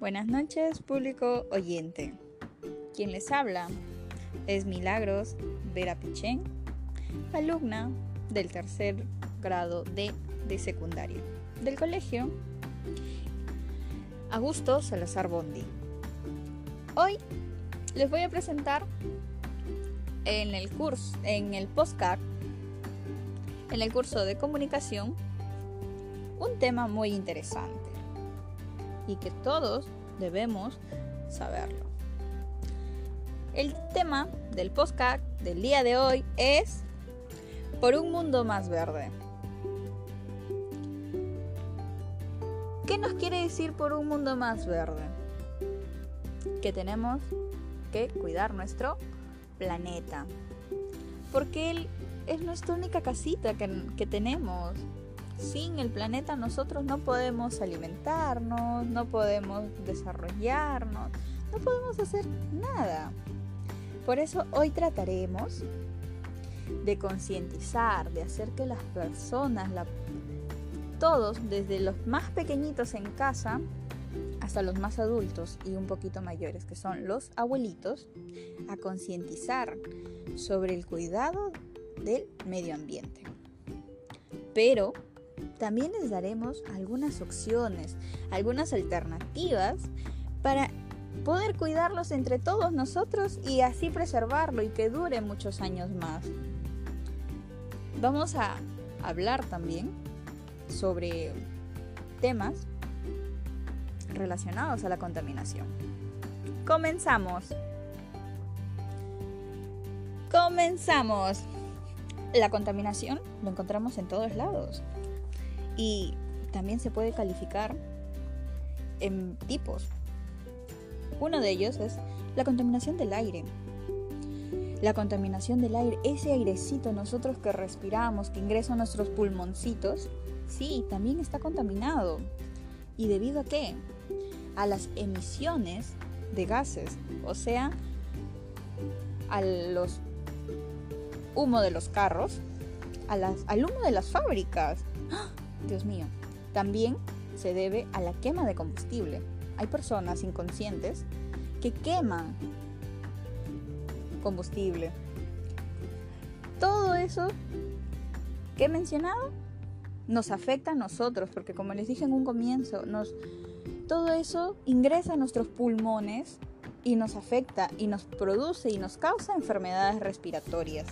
Buenas noches, público oyente. Quien les habla es Milagros Vera Pichén, alumna del tercer grado de secundaria del colegio Augusto Salazar Bondy. Hoy les voy a presentar en el podcast, en el curso de comunicación, un tema muy interesante y que todos debemos saberlo. El tema del podcast del día de hoy es Por un mundo más verde. ¿Qué nos quiere decir por un mundo más verde? Que tenemos que cuidar nuestro planeta, porque él es nuestra única casita que tenemos. Sin el planeta nosotros no podemos alimentarnos, no podemos desarrollarnos, no podemos hacer nada. Por eso hoy trataremos de concientizar, de hacer que las personas, todos, desde los más pequeñitos en casa hasta los más adultos y un poquito mayores, que son los abuelitos, a concientizar sobre el cuidado del medio ambiente. Pero también les daremos algunas opciones, algunas alternativas para poder cuidarlos entre todos nosotros y así preservarlo y que dure muchos años más. Vamos a hablar también sobre temas relacionados a la contaminación. ¡Comenzamos! La contaminación lo encontramos en todos lados y también se puede calificar en tipos. Uno de ellos es la contaminación del aire. La contaminación del aire, ese airecito nosotros que respiramos, que ingresa a nuestros pulmoncitos, sí, también está contaminado. ¿Y debido a qué? A las emisiones de gases, o sea, a los humo de los carros, al humo de las fábricas. ¡Ah! Dios mío, también se debe a la quema de combustible. Hay personas inconscientes que queman combustible. Todo eso que he mencionado nos afecta a nosotros, porque como les dije en un comienzo, todo eso ingresa a nuestros pulmones y nos afecta y nos produce y nos causa enfermedades respiratorias.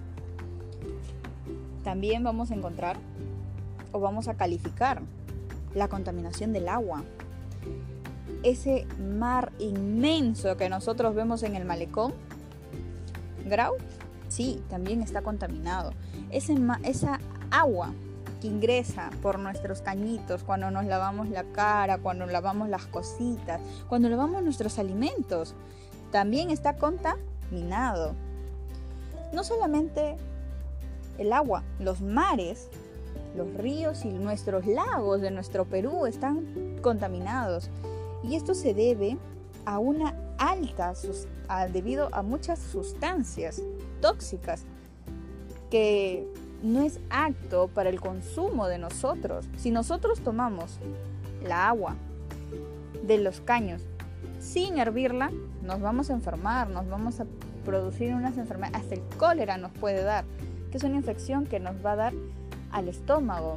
También vamos a encontrar o vamos a calificar la contaminación del agua. Ese mar inmenso que nosotros vemos en el malecón, Grau, sí, también está contaminado. Esa agua que ingresa por nuestros cañitos cuando nos lavamos la cara, cuando lavamos las cositas, cuando lavamos nuestros alimentos, también está contaminado. No solamente el agua, los mares, los ríos y nuestros lagos de nuestro Perú están contaminados. Y esto se debe a una debido a muchas sustancias tóxicas que no es apto para el consumo de nosotros. Si nosotros tomamos la agua de los caños sin hervirla, nos vamos a enfermar, nos vamos a producir unas enfermedades, hasta el cólera nos puede dar, que es una infección que nos va a dar al estómago.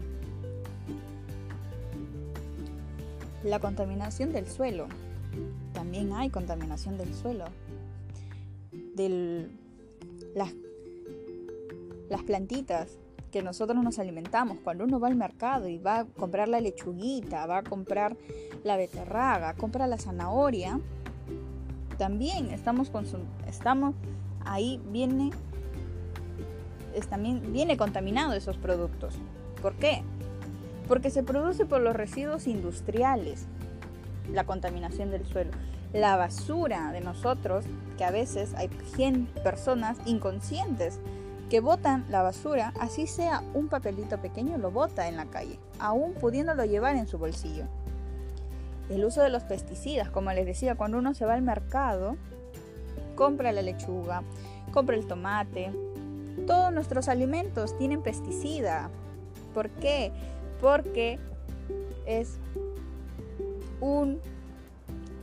La contaminación del suelo. También hay contaminación del suelo. Las plantitas que nosotros nos alimentamos. Cuando uno va al mercado y va a comprar la lechuguita, va a comprar la beterraga, compra la zanahoria, también viene contaminado esos productos. ¿Por qué? Porque se produce por los residuos industriales, la contaminación del suelo, la basura de nosotros, que a veces hay personas inconscientes que botan la basura, así sea un papelito pequeño, lo bota en la calle, aún pudiéndolo llevar en su bolsillo. El uso de los pesticidas, como les decía, cuando uno se va al mercado, compra la lechuga, compra el tomate, todos nuestros alimentos tienen pesticida. ¿Por qué? Porque es un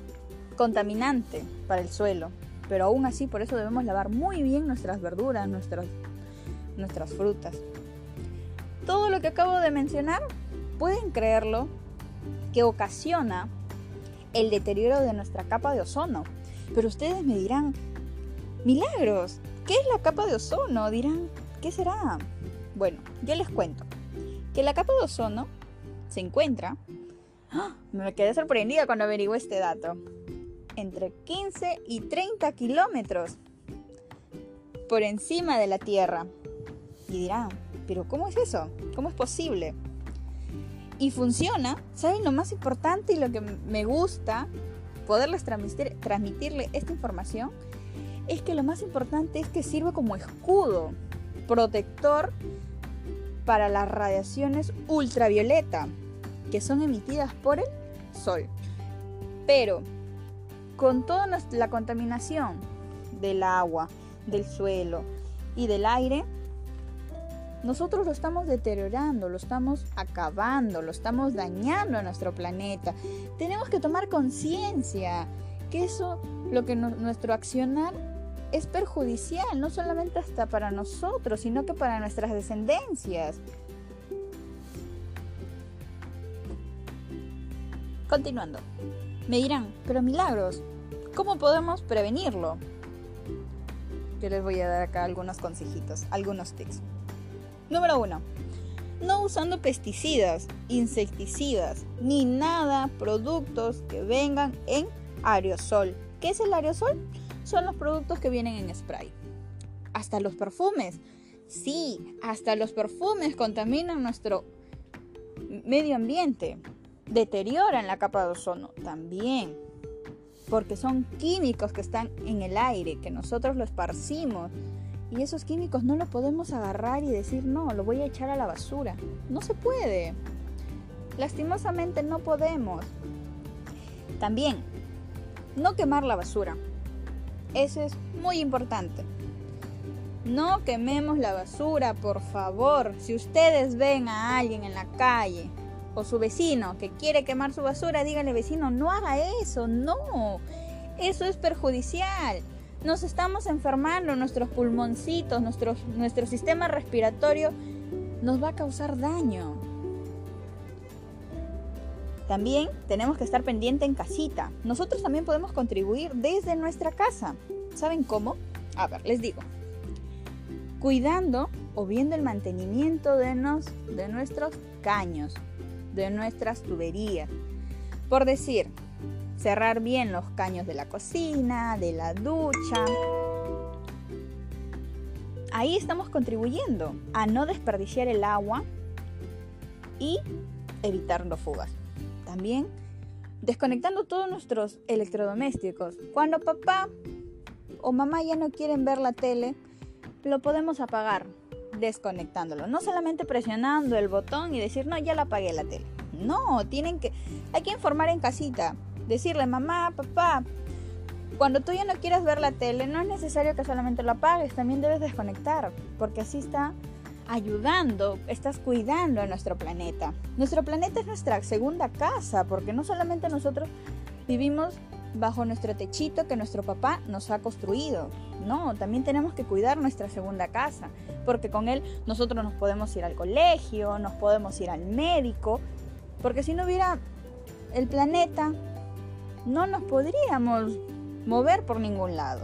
contaminante para el suelo, pero aún así por eso debemos lavar muy bien nuestras verduras, nuestras frutas. Todo lo que acabo de mencionar, pueden creerlo, que ocasiona el deterioro de nuestra capa de ozono. Pero ustedes me dirán, Milagros, ¿qué es la capa de ozono? Dirán, ¿qué será? Bueno, yo les cuento que la capa de ozono se encuentra, me quedé sorprendida cuando averigué este dato, entre 15 y 30 kilómetros por encima de la Tierra. Y dirán, ¿pero cómo es eso? ¿Cómo es posible? Y funciona, ¿saben lo más importante y lo que me gusta poderles transmitirle esta información? Es que lo más importante es que sirve como escudo protector para las radiaciones ultravioleta que son emitidas por el sol. Pero con toda la contaminación del agua, del suelo y del aire, nosotros lo estamos deteriorando, lo estamos acabando, lo estamos dañando a nuestro planeta. Tenemos que tomar conciencia que eso, lo que nuestro accionar es perjudicial, no solamente hasta para nosotros, sino que para nuestras descendencias. Continuando, me dirán, pero Milagros, ¿cómo podemos prevenirlo? Yo les voy a dar acá algunos consejitos, algunos tips. Número 1. No usando pesticidas, insecticidas, ni nada, productos que vengan en aerosol. ¿Qué es el aerosol? Son los productos que vienen en spray. Hasta los perfumes. Sí, hasta los perfumes contaminan nuestro medio ambiente. Deterioran la capa de ozono también. Porque son químicos que están en el aire, que nosotros lo esparcimos. Y esos químicos no los podemos agarrar y decir, no, lo voy a echar a la basura. No se puede. Lastimosamente no podemos. También, no quemar la basura. Eso es muy importante. No quememos la basura, por favor. Si ustedes ven a alguien en la calle o su vecino que quiere quemar su basura, díganle, vecino, no haga eso. No, eso es perjudicial. Nos estamos enfermando, nuestros pulmoncitos, nuestro sistema respiratorio nos va a causar daño. También tenemos que estar pendiente en casita. Nosotros también podemos contribuir desde nuestra casa. ¿Saben cómo? A ver, les digo. Cuidando o viendo el mantenimiento de nuestros caños, de nuestras tuberías. Por decir, cerrar bien los caños de la cocina, de la ducha. Ahí estamos contribuyendo a no desperdiciar el agua y evitar las fugas. También desconectando todos nuestros electrodomésticos. Cuando papá o mamá ya no quieren ver la tele, lo podemos apagar desconectándolo. No solamente presionando el botón y decir, no, ya la apagué la tele. No, hay que informar en casita. Decirle, mamá, papá, cuando tú ya no quieras ver la tele, no es necesario que solamente lo apagues, también debes desconectar, porque así está ayudando, estás cuidando a nuestro planeta. Nuestro planeta es nuestra segunda casa, porque no solamente nosotros vivimos bajo nuestro techito que nuestro papá nos ha construido. No, también tenemos que cuidar nuestra segunda casa, porque con él nosotros nos podemos ir al colegio, nos podemos ir al médico, porque si no hubiera el planeta, no nos podríamos mover por ningún lado.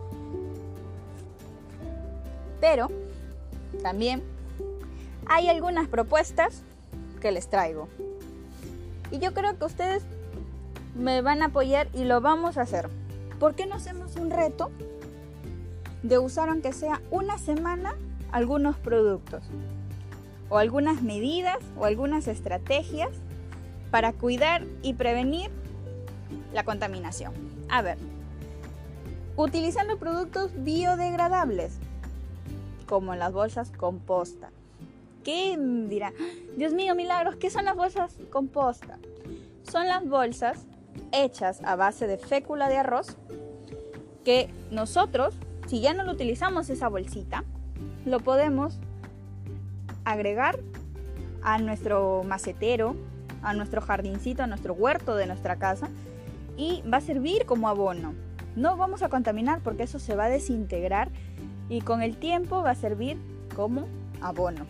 Pero también hay algunas propuestas que les traigo. Y yo creo que ustedes me van a apoyar y lo vamos a hacer. ¿Por qué no hacemos un reto de usar, aunque sea una semana, algunos productos? O algunas medidas o algunas estrategias para cuidar y prevenir la contaminación. A ver, utilizando productos biodegradables, como las bolsas composta. ¿Qué dirá? Dios mío, Milagros, ¿qué son las bolsas composta? Son las bolsas hechas a base de fécula de arroz que nosotros, si ya no lo utilizamos esa bolsita, lo podemos agregar a nuestro macetero, a nuestro jardincito, a nuestro huerto de nuestra casa, y va a servir como abono. No vamos a contaminar porque eso se va a desintegrar y con el tiempo va a servir como abono.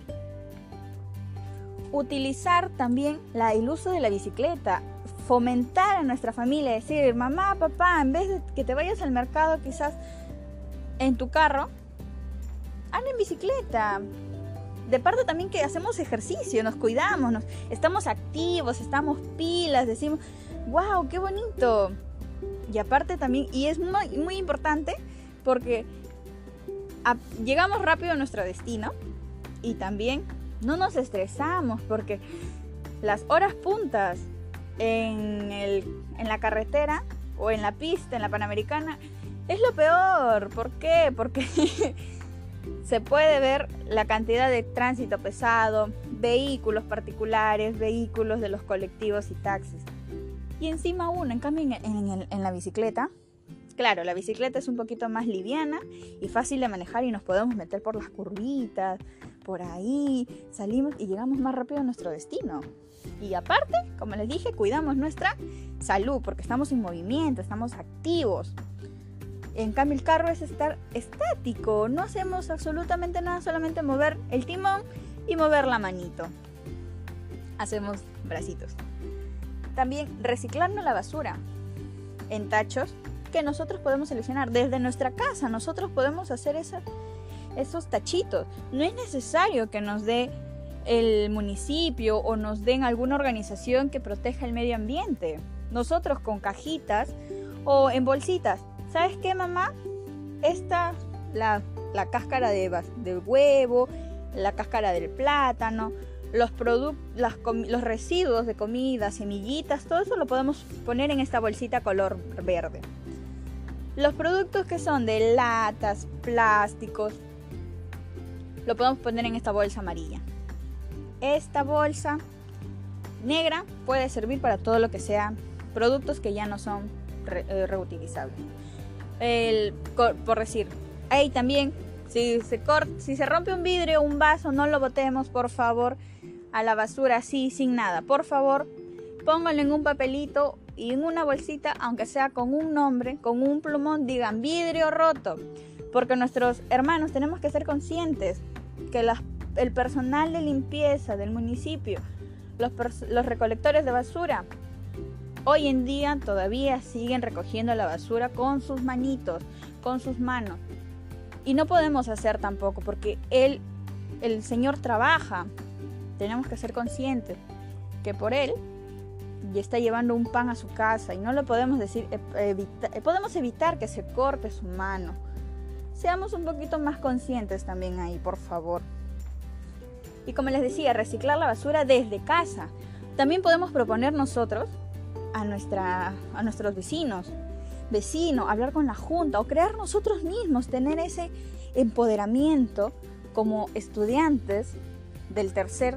Utilizar también el uso de la bicicleta, fomentar a nuestra familia, decir, mamá, papá, en vez de que te vayas al mercado quizás en tu carro, anda en bicicleta. De parte también que hacemos ejercicio, nos cuidamos, estamos activos, estamos pilas, decimos, wow, qué bonito. Y aparte también, y es muy, muy importante porque llegamos rápido a nuestro destino y también no nos estresamos porque las horas puntas en la carretera o en la pista, en la Panamericana, es lo peor. ¿Por qué? Porque se puede ver la cantidad de tránsito pesado, vehículos particulares, vehículos de los colectivos y taxis. Y encima en cambio en la bicicleta, claro, la bicicleta es un poquito más liviana y fácil de manejar y nos podemos meter por las curvitas, por ahí, salimos y llegamos más rápido a nuestro destino. Y aparte, como les dije, cuidamos nuestra salud porque estamos en movimiento, estamos activos. En cambio el carro es estar estático, no hacemos absolutamente nada, solamente mover el timón y mover la manito. Hacemos bracitos. También reciclarnos la basura en tachos que nosotros podemos seleccionar desde nuestra casa. Nosotros podemos hacer esos tachitos. No es necesario que nos dé el municipio o nos den alguna organización que proteja el medio ambiente. Nosotros con cajitas o en bolsitas. ¿Sabes qué, mamá? Esta, la cáscara de huevo, la cáscara del plátano, los residuos de comida, semillitas, todo eso lo podemos poner en esta bolsita color verde. Los productos que son de latas, plásticos, lo podemos poner en esta bolsa amarilla. Esta bolsa negra puede servir para todo lo que sean productos que ya no son reutilizables. Por decir, ahí también, si se rompe un vidrio o un vaso, no lo botemos, por favor, a la basura así, sin nada. Por favor, pónganlo en un papelito y en una bolsita, aunque sea con un nombre, con un plumón, digan vidrio roto. Porque nuestros hermanos tenemos que ser conscientes que el personal de limpieza del municipio, los recolectores de basura, hoy en día todavía siguen recogiendo la basura con sus manitos, con sus manos. Y no podemos hacer tampoco porque el Señor trabaja. Tenemos que ser conscientes que por Él ya está llevando un pan a su casa y no lo podemos podemos evitar que se corte su mano. Seamos un poquito más conscientes también ahí, por favor. Y como les decía, reciclar la basura desde casa. También podemos proponer nosotros a nuestros vecinos, hablar con la junta o crear nosotros mismos, tener ese empoderamiento como estudiantes del tercero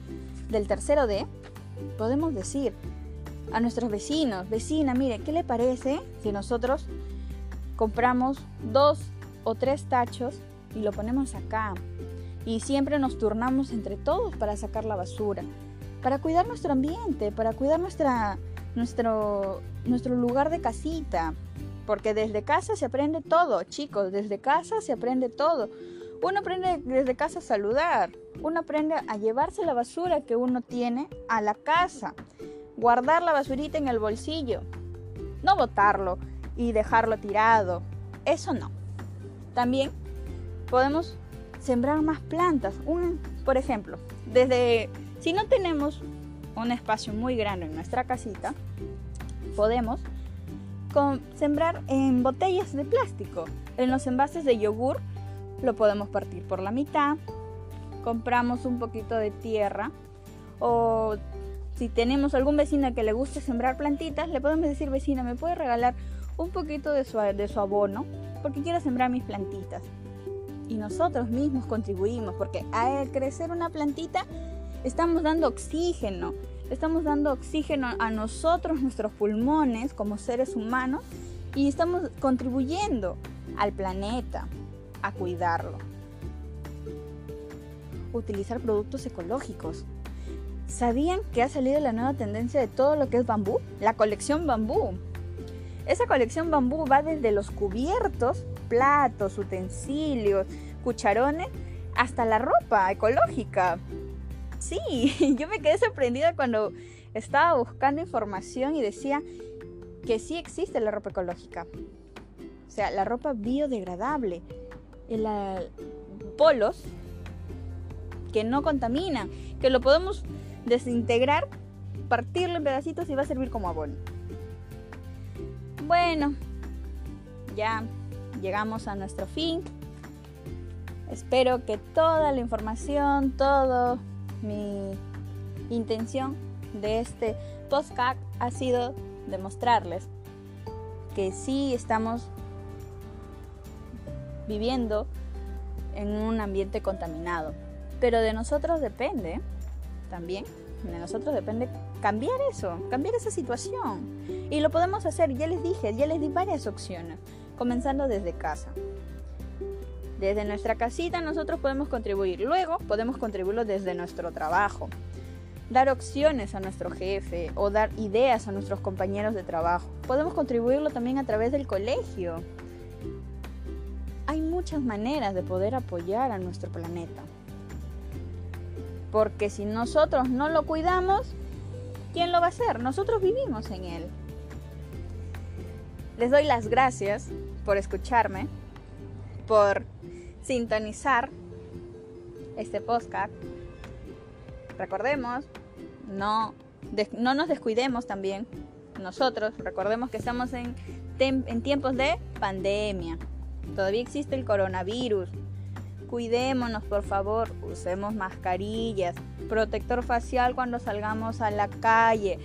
D. Podemos decir a nuestros vecinos, vecina, mire, ¿qué le parece si nosotros compramos 2 o 3 tachos y lo ponemos acá? Y siempre nos turnamos entre todos para sacar la basura, para cuidar nuestro ambiente, para cuidar nuestro lugar de casita. Porque desde casa se aprende todo, chicos, desde casa se aprende todo. Uno aprende desde casa a saludar, uno aprende a llevarse la basura que uno tiene a la casa, guardar la basurita en el bolsillo, no botarlo y dejarlo tirado, eso no. También podemos sembrar más plantas, por ejemplo, si no tenemos un espacio muy grande en nuestra casita, podemos sembrar en botellas de plástico, en los envases de yogur. Lo podemos partir por la mitad, compramos un poquito de tierra o si tenemos algún vecino que le guste sembrar plantitas, le podemos decir, vecina, ¿me puede regalar un poquito de su abono? Porque quiero sembrar mis plantitas. Y nosotros mismos contribuimos, porque al crecer una plantita estamos dando oxígeno. Estamos dando oxígeno a nosotros, nuestros pulmones como seres humanos, y estamos contribuyendo al planeta a cuidarlo. Utilizar productos ecológicos. ¿Sabían que ha salido la nueva tendencia de todo lo que es bambú? La colección bambú. Esa colección bambú va desde los cubiertos, platos, utensilios, cucharones, hasta la ropa ecológica. Sí, yo me quedé sorprendida cuando estaba buscando información y decía que sí existe la ropa ecológica. O sea, la ropa biodegradable. Polos que no contaminan, que lo podemos desintegrar, partirlo en pedacitos y va a servir como abono. Bueno, ya llegamos a nuestro fin. Espero que toda la información, toda mi intención de este podcast ha sido demostrarles que sí estamos viviendo en un ambiente contaminado, pero de nosotros depende también, de nosotros depende cambiar eso, cambiar esa situación, y lo podemos hacer. Ya les di varias opciones, comenzando desde casa. Desde nuestra casita nosotros podemos contribuir, luego podemos contribuirlo desde nuestro trabajo, dar opciones a nuestro jefe o dar ideas a nuestros compañeros de trabajo. Podemos contribuirlo también a través del colegio. Hay muchas maneras de poder apoyar a nuestro planeta. Porque si nosotros no lo cuidamos, ¿quién lo va a hacer? Nosotros vivimos en él. Les doy las gracias por escucharme, por sintonizar este podcast. Recordemos, no nos descuidemos también. Nosotros, recordemos que estamos en tiempos de pandemia. Todavía existe el coronavirus. Cuidémonos, por favor. Usemos mascarillas, protector facial cuando salgamos a la calle.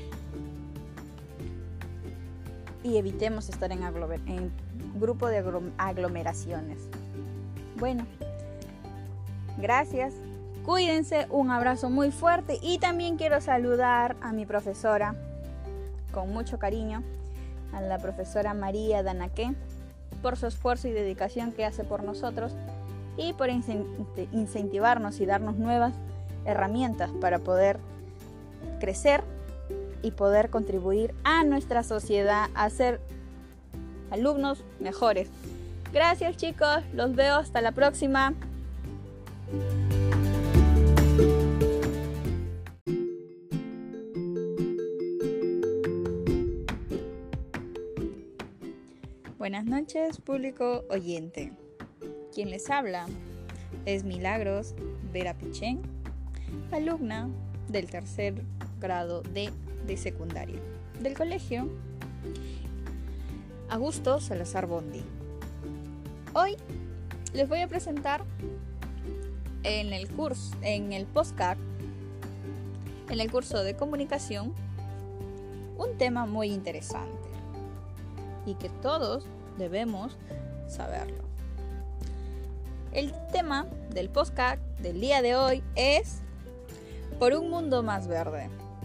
Y evitemos estar en grupo de aglomeraciones. Bueno, gracias. Cuídense, un abrazo muy fuerte. Y también quiero saludar a mi profesora, con mucho cariño, a la profesora María Danaque, por su esfuerzo y dedicación que hace por nosotros y por incentivarnos y darnos nuevas herramientas para poder crecer y poder contribuir a nuestra sociedad a ser alumnos mejores. Gracias, chicos, los veo hasta la próxima. Buenas noches, público oyente. Quien les habla es Milagros Vera Pichén, alumna del tercer grado de secundaria del colegio Augusto Salazar Bondy. Hoy les voy a presentar en el curso de comunicación, un tema muy interesante y que todos debemos saberlo. El tema del podcast del día de hoy es Por un mundo más verde.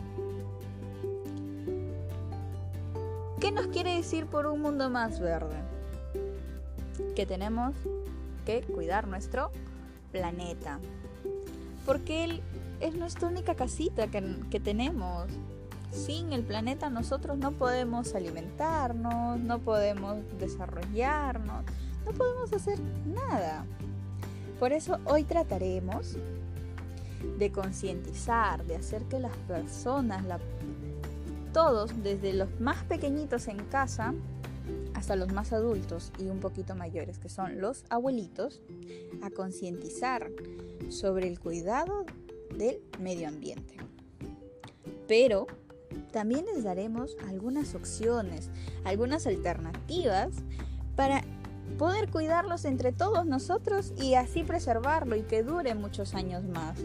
¿Qué nos quiere decir por un mundo más verde? Que tenemos que cuidar nuestro planeta, porque él es nuestra única casita que tenemos. Sin el planeta nosotros no podemos alimentarnos, no podemos desarrollarnos, no podemos hacer nada. Por eso hoy trataremos de concientizar, de hacer que las personas, todos, desde los más pequeñitos en casa hasta los más adultos y un poquito mayores, que son los abuelitos, a concientizar sobre el cuidado del medio ambiente. Pero también les daremos algunas opciones, algunas alternativas para poder cuidarlos entre todos nosotros y así preservarlo y que dure muchos años más.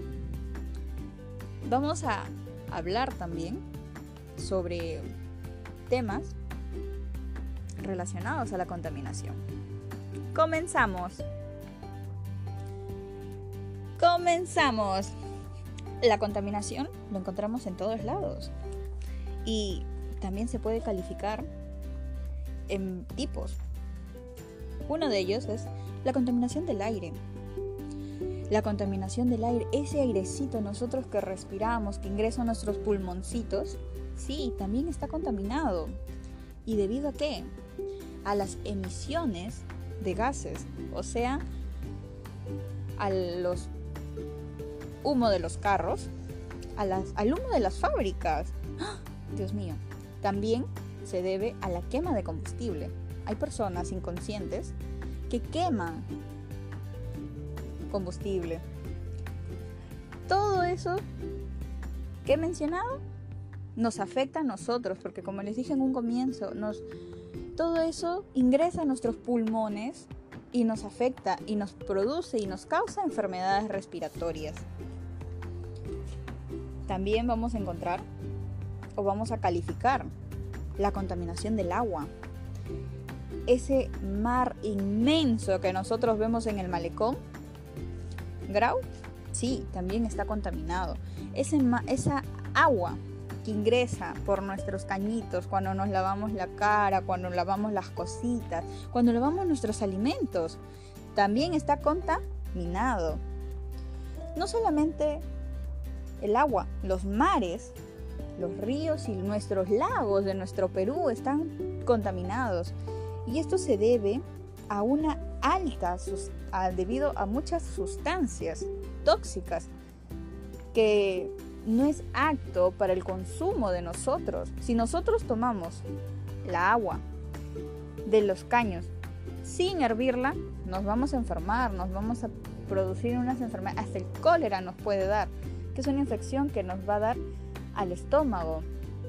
Vamos a hablar también sobre temas relacionados a la contaminación. Comenzamos. La contaminación lo encontramos en todos lados y también se puede calificar en tipos. Uno de ellos es la contaminación del aire. La contaminación del aire, ese airecito nosotros que respiramos, que ingresa a nuestros pulmoncitos, sí, también está contaminado. ¿Y debido a qué? A las emisiones de gases, o sea, a los humo de los carros, al humo de las fábricas. ¡Ah! Dios mío. También se debe a la quema de combustible. Hay personas inconscientes que queman combustible. Todo eso que he mencionado nos afecta a nosotros, porque como les dije en un comienzo, todo eso ingresa a nuestros pulmones y nos afecta y nos produce y nos causa enfermedades respiratorias. También vamos a encontrar o vamos a calificar la contaminación del agua. Ese mar inmenso que nosotros vemos en el malecón, Grau, sí, también está contaminado. Esa agua que ingresa por nuestros cañitos cuando nos lavamos la cara, cuando lavamos las cositas, cuando lavamos nuestros alimentos, también está contaminado. No solamente el agua, los mares, los ríos y nuestros lagos de nuestro Perú están contaminados. Y esto se debe a una debido a muchas sustancias tóxicas que no es apto para el consumo de nosotros. Si nosotros tomamos la agua de los caños sin hervirla, nos vamos a enfermar, nos vamos a producir unas enfermedades, hasta el cólera nos puede dar, que es una infección que nos va a dar al estómago.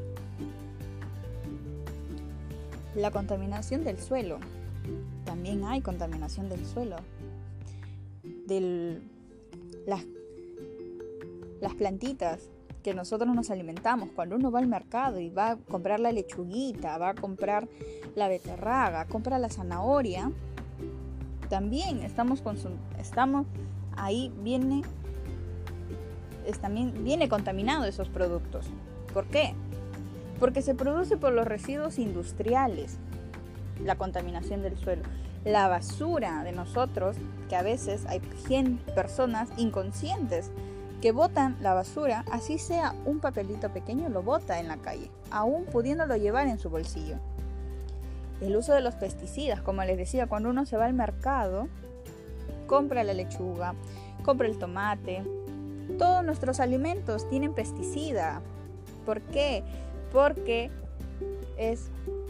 La contaminación del suelo. También hay contaminación del suelo. Las plantitas que nosotros nos alimentamos. Cuando uno va al mercado y va a comprar la lechuguita, va a comprar la beterraga, compra la zanahoria, también viene contaminado esos productos. ¿Por qué? Porque se produce por los residuos industriales, la contaminación del suelo, la basura de nosotros, que a veces hay personas inconscientes que botan la basura, así sea un papelito pequeño, lo bota en la calle, aún pudiéndolo llevar en su bolsillo. El uso de los pesticidas, como les decía, cuando uno se va al mercado, compra la lechuga, compra el tomate, todos nuestros alimentos tienen pesticida. ¿Por qué? Porque es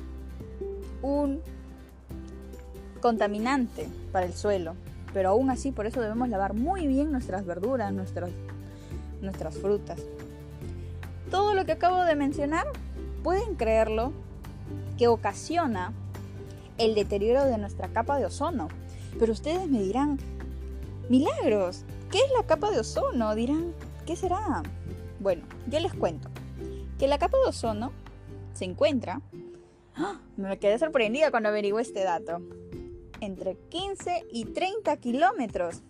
un contaminante para el suelo, pero aún así por eso debemos lavar muy bien nuestras verduras, nuestras frutas. Todo lo que acabo de mencionar, pueden creerlo, que ocasiona el deterioro de nuestra capa de ozono. Pero ustedes me dirán, milagros, ¿qué es la capa de ozono? Dirán, ¿qué será? Bueno, yo les cuento que la capa de ozono se encuentra, me quedé sorprendida cuando averigué este dato, entre 15 y 30 kilómetros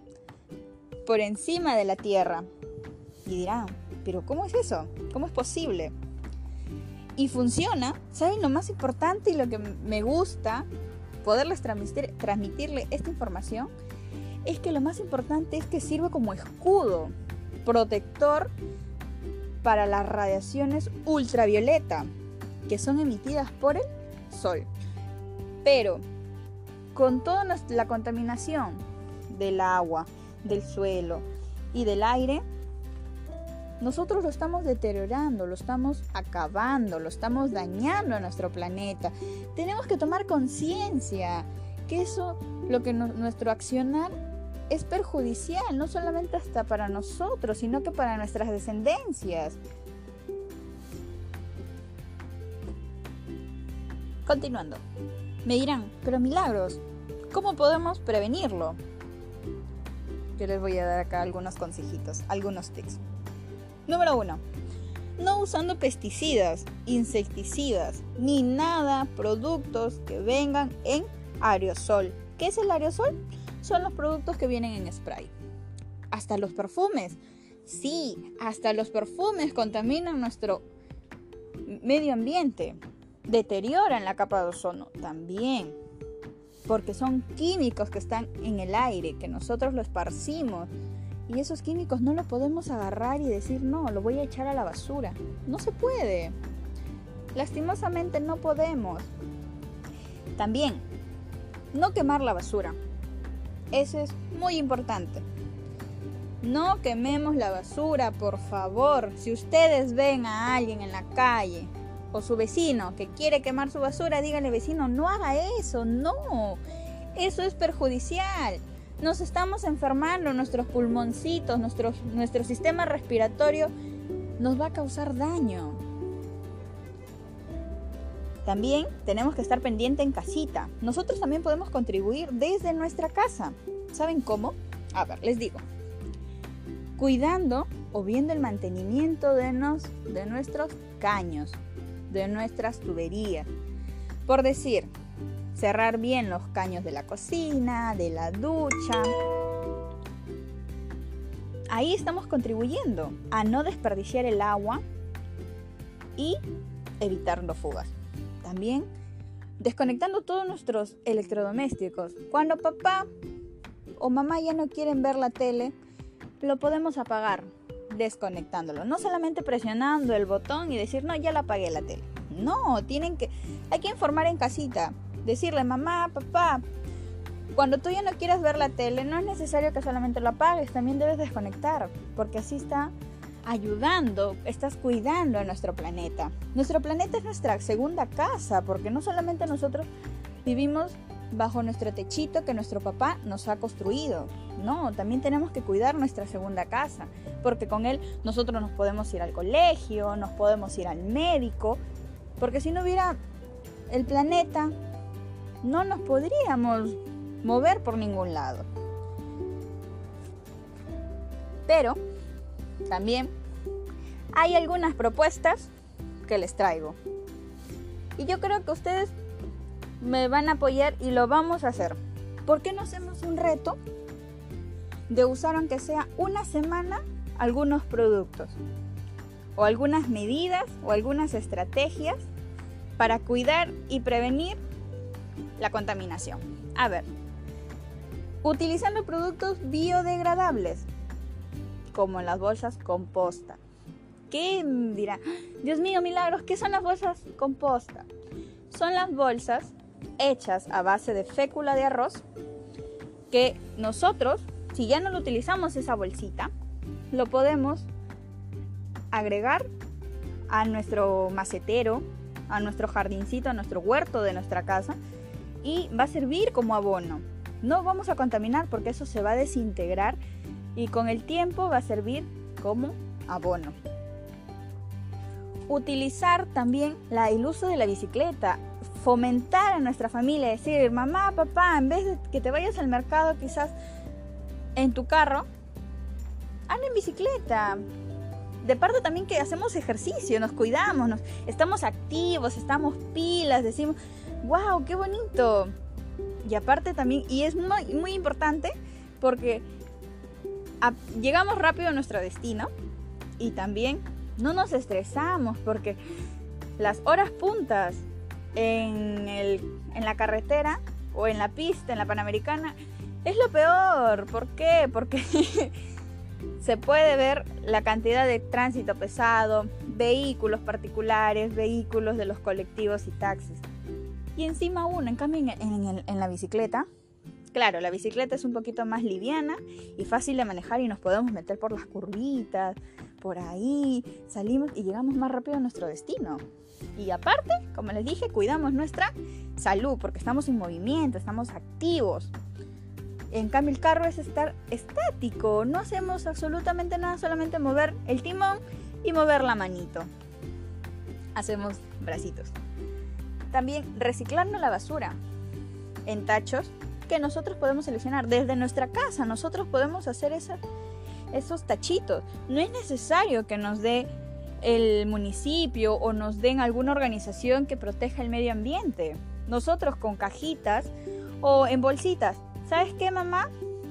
por encima de la Tierra. Y dirán, ¿pero cómo es eso? ¿Cómo es posible? Y funciona, ¿saben lo más importante y lo que me gusta poderles transmitirle esta información? Es que lo más importante es que sirve como escudo protector para las radiaciones ultravioleta que son emitidas por el sol. Pero con toda la contaminación del agua, del suelo y del aire, nosotros lo estamos deteriorando, lo estamos acabando, lo estamos dañando a nuestro planeta. Tenemos que tomar conciencia que eso, nuestro accionar es perjudicial, no solamente hasta para nosotros, sino que para nuestras descendencias. Continuando, me dirán, pero milagros, ¿cómo podemos prevenirlo? Yo les voy a dar acá algunos consejitos, algunos tips. Número 1. No usando pesticidas, insecticidas, ni nada, productos que vengan en aerosol. ¿Qué es el aerosol? Son los productos que vienen en spray. Hasta los perfumes. Sí, hasta los perfumes contaminan nuestro medio ambiente. Deterioran la capa de ozono también. Porque son químicos que están en el aire, que nosotros lo esparcimos. Y esos químicos no los podemos agarrar y decir, no, lo voy a echar a la basura. No se puede. Lastimosamente no podemos. También, no quemar la basura. Eso es muy importante. No quememos la basura, por favor. Si ustedes ven a alguien en la calle o su vecino que quiere quemar su basura, díganle, vecino, no haga eso, no. Eso es perjudicial. Nos estamos enfermando, nuestros pulmoncitos, nuestro sistema respiratorio nos va a causar daño. También tenemos que estar pendiente en casita. Nosotros también podemos contribuir desde nuestra casa. ¿Saben cómo? A ver, les digo. Cuidando o viendo el mantenimiento de nuestros caños, de nuestras tuberías. Por decir, cerrar bien los caños de la cocina, de la ducha. Ahí estamos contribuyendo a no desperdiciar el agua y evitando fugas. También desconectando todos nuestros electrodomésticos. Cuando papá o mamá ya no quieren ver la tele, lo podemos apagar desconectándolo. No solamente presionando el botón y decir, no, ya la apagué la tele. No, hay que informar en casita. Decirle, mamá, papá, cuando tú ya no quieras ver la tele, no es necesario que solamente lo apagues, también debes desconectar, porque así está ayudando, estás cuidando a nuestro planeta. Nuestro planeta es nuestra segunda casa, porque no solamente nosotros vivimos bajo nuestro techito que nuestro papá nos ha construido. No, también tenemos que cuidar nuestra segunda casa, porque con él nosotros nos podemos ir al colegio, nos podemos ir al médico, porque si no hubiera el planeta, no nos podríamos mover por ningún lado. Pero también hay algunas propuestas que les traigo. Y yo creo que ustedes me van a apoyar y lo vamos a hacer. ¿Por qué no hacemos un reto de usar, aunque sea una semana, algunos productos? O algunas medidas o algunas estrategias para cuidar y prevenir la contaminación. A ver, utilizando productos biodegradables, como las bolsas composta. ¿Qué dirá? Dios mío, milagros, ¿qué son las bolsas composta? Son las bolsas hechas a base de fécula de arroz que nosotros, si ya no lo utilizamos esa bolsita, lo podemos agregar a nuestro macetero, a nuestro jardincito, a nuestro huerto de nuestra casa, y va a servir como abono. No vamos a contaminar porque eso se va a desintegrar y con el tiempo va a servir como abono. Utilizar también el uso de la bicicleta, fomentar a nuestra familia, decir, mamá, papá, en vez de que te vayas al mercado quizás en tu carro, anda en bicicleta. De parte también que hacemos ejercicio, nos cuidamos, estamos activos, estamos pilas, decimos, wow, qué bonito. Y aparte también, y es muy, muy importante porque llegamos rápido a nuestro destino y también no nos estresamos porque las horas puntas en la carretera o en la pista, en la Panamericana, es lo peor. ¿Por qué? Porque se puede ver la cantidad de tránsito pesado, vehículos particulares, vehículos de los colectivos y taxis. Y encima en cambio en la bicicleta, claro, la bicicleta es un poquito más liviana y fácil de manejar y nos podemos meter por las curvitas, por ahí, salimos y llegamos más rápido a nuestro destino. Y aparte, como les dije, cuidamos nuestra salud porque estamos en movimiento, estamos activos. En cambio el carro es estar estático, no hacemos absolutamente nada, solamente mover el timón y mover la manito. Hacemos bracitos. También reciclando la basura en tachos que nosotros podemos seleccionar desde nuestra casa. Nosotros podemos hacer esos tachitos. No es necesario que nos dé el municipio o nos den alguna organización que proteja el medio ambiente. Nosotros con cajitas o en bolsitas. ¿Sabes qué, mamá?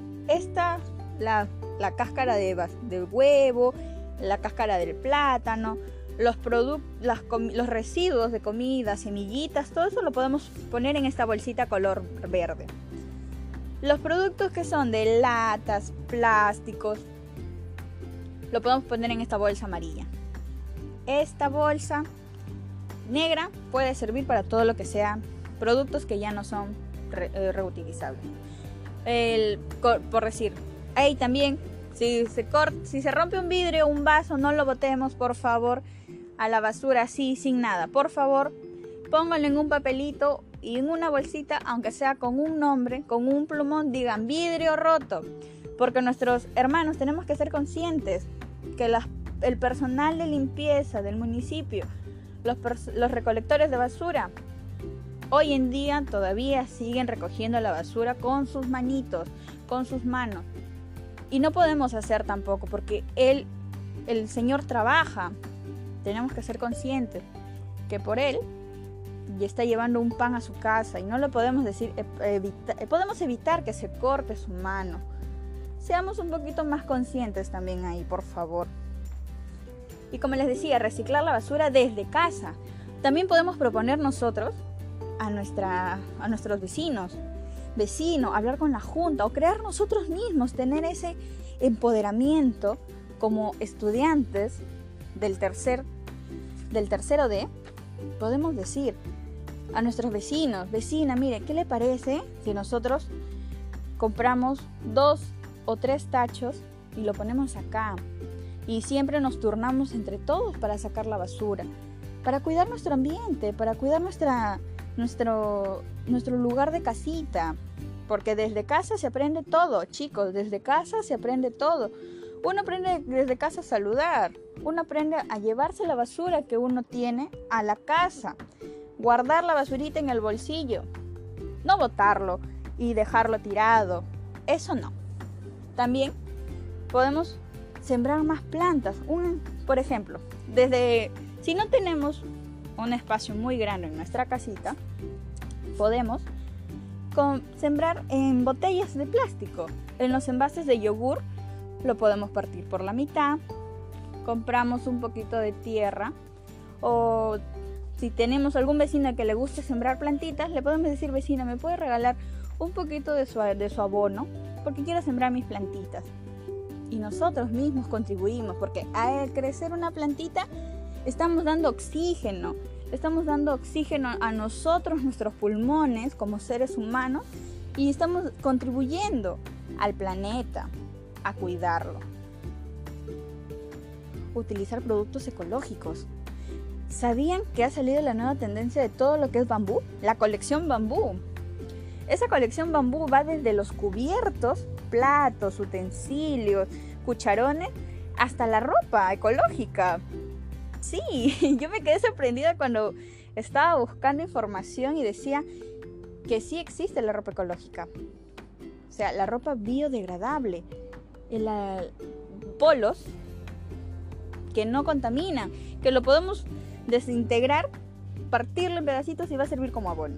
La cáscara del huevo, la cáscara del plátano, los residuos de comida, semillitas, todo eso lo podemos poner en esta bolsita color verde. Los productos que son de latas, plásticos, lo podemos poner en esta bolsa amarilla. Esta bolsa negra puede servir para todo lo que sea productos que ya no son reutilizables. Por decir, ahí también, si se rompe un vidrio, un vaso, no lo botemos, por favor, a la basura así, sin nada. Por favor, pónganlo en un papelito y en una bolsita, aunque sea con un nombre, con un plumón, digan vidrio roto. Porque nuestros hermanos tenemos que ser conscientes que el personal de limpieza del municipio, los recolectores de basura, hoy en día todavía siguen recogiendo la basura con sus manitos, con sus manos. Y no podemos hacer tampoco, porque el Señor trabaja. Tenemos que ser conscientes que por Él ya está llevando un pan a su casa y no lo podemos podemos evitar que se corte su mano. Seamos un poquito más conscientes también ahí, por favor. Y como les decía, reciclar la basura desde casa. También podemos proponer nosotros a nuestros vecinos, hablar con la junta o crear nosotros mismos, tener ese empoderamiento como estudiantes del tercero D. Podemos decir a nuestros vecinos, vecina, mire, ¿qué le parece si nosotros compramos 2 o 3 tachos y lo ponemos acá? Y siempre nos turnamos entre todos para sacar la basura, para cuidar nuestro ambiente, para cuidar nuestro lugar de casita. Porque desde casa se aprende todo, chicos, desde casa se aprende todo. Uno aprende desde casa a saludar, uno aprende a llevarse la basura que uno tiene a la casa, guardar la basurita en el bolsillo, no botarlo y dejarlo tirado, eso no. También podemos sembrar más plantas, por ejemplo, si no tenemos un espacio muy grande en nuestra casita, podemos sembrar en botellas de plástico, en los envases de yogur. Lo podemos partir por la mitad, compramos un poquito de tierra, o si tenemos algún vecino que le guste sembrar plantitas, le podemos decir, vecina, ¿me puede regalar un poquito de su abono? Porque quiero sembrar mis plantitas. Y nosotros mismos contribuimos, porque al crecer una plantita estamos dando oxígeno a nosotros, nuestros pulmones como seres humanos, y estamos contribuyendo al planeta a cuidarlo. Utilizar productos ecológicos. ¿Sabían que ha salido la nueva tendencia de todo lo que es bambú? La colección bambú. Esa colección bambú va desde los cubiertos, platos, utensilios, cucharones, hasta la ropa ecológica. Sí, yo me quedé sorprendida cuando estaba buscando información y decía que sí existe la ropa ecológica. O sea, la ropa biodegradable. Polos que no contaminan, que lo podemos desintegrar, partirlo en pedacitos y va a servir como abono.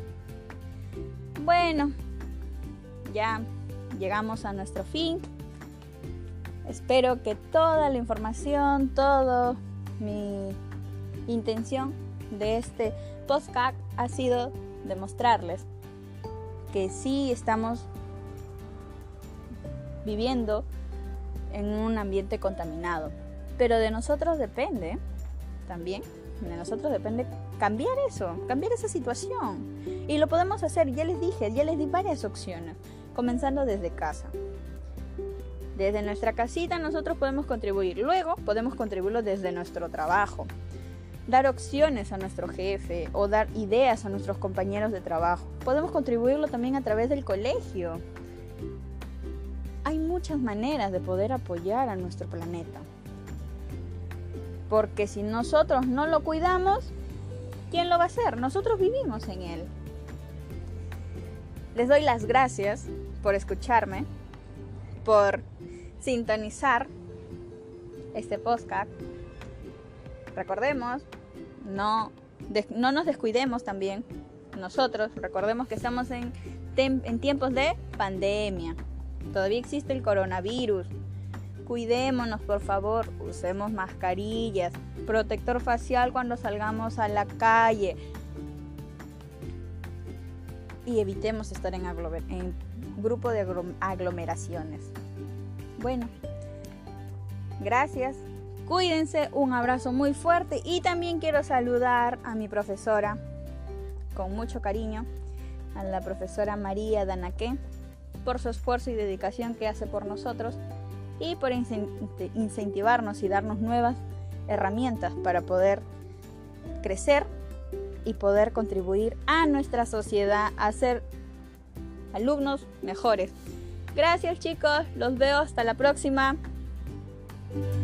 Bueno, ya llegamos a nuestro fin. Espero que toda la información, toda mi intención de este podcast ha sido demostrarles que sí estamos viviendo en un ambiente contaminado, pero de nosotros depende también, de nosotros depende cambiar esa situación, y lo podemos hacer. Ya les di varias opciones, comenzando desde casa. Desde nuestra casita nosotros podemos contribuir, luego podemos contribuirlo desde nuestro trabajo, dar opciones a nuestro jefe o dar ideas a nuestros compañeros de trabajo. Podemos contribuirlo también a través del colegio. Hay muchas maneras de poder apoyar a nuestro planeta. Porque si nosotros no lo cuidamos, ¿quién lo va a hacer? Nosotros vivimos en él. Les doy las gracias por escucharme, por sintonizar este podcast. Recordemos, no nos descuidemos también. Nosotros recordemos que estamos en tiempos de pandemia. Todavía existe el coronavirus. Cuidémonos, por favor. Usemos mascarillas, protector facial cuando salgamos a la calle. Y evitemos estar en grupo de aglomeraciones. Bueno, gracias. Cuídense, un abrazo muy fuerte y también quiero saludar a mi profesora con mucho cariño, a la profesora María Danaque, por su esfuerzo y dedicación que hace por nosotros y por incentivarnos y darnos nuevas herramientas para poder crecer y poder contribuir a nuestra sociedad a ser alumnos mejores. Gracias chicos, los veo hasta la próxima.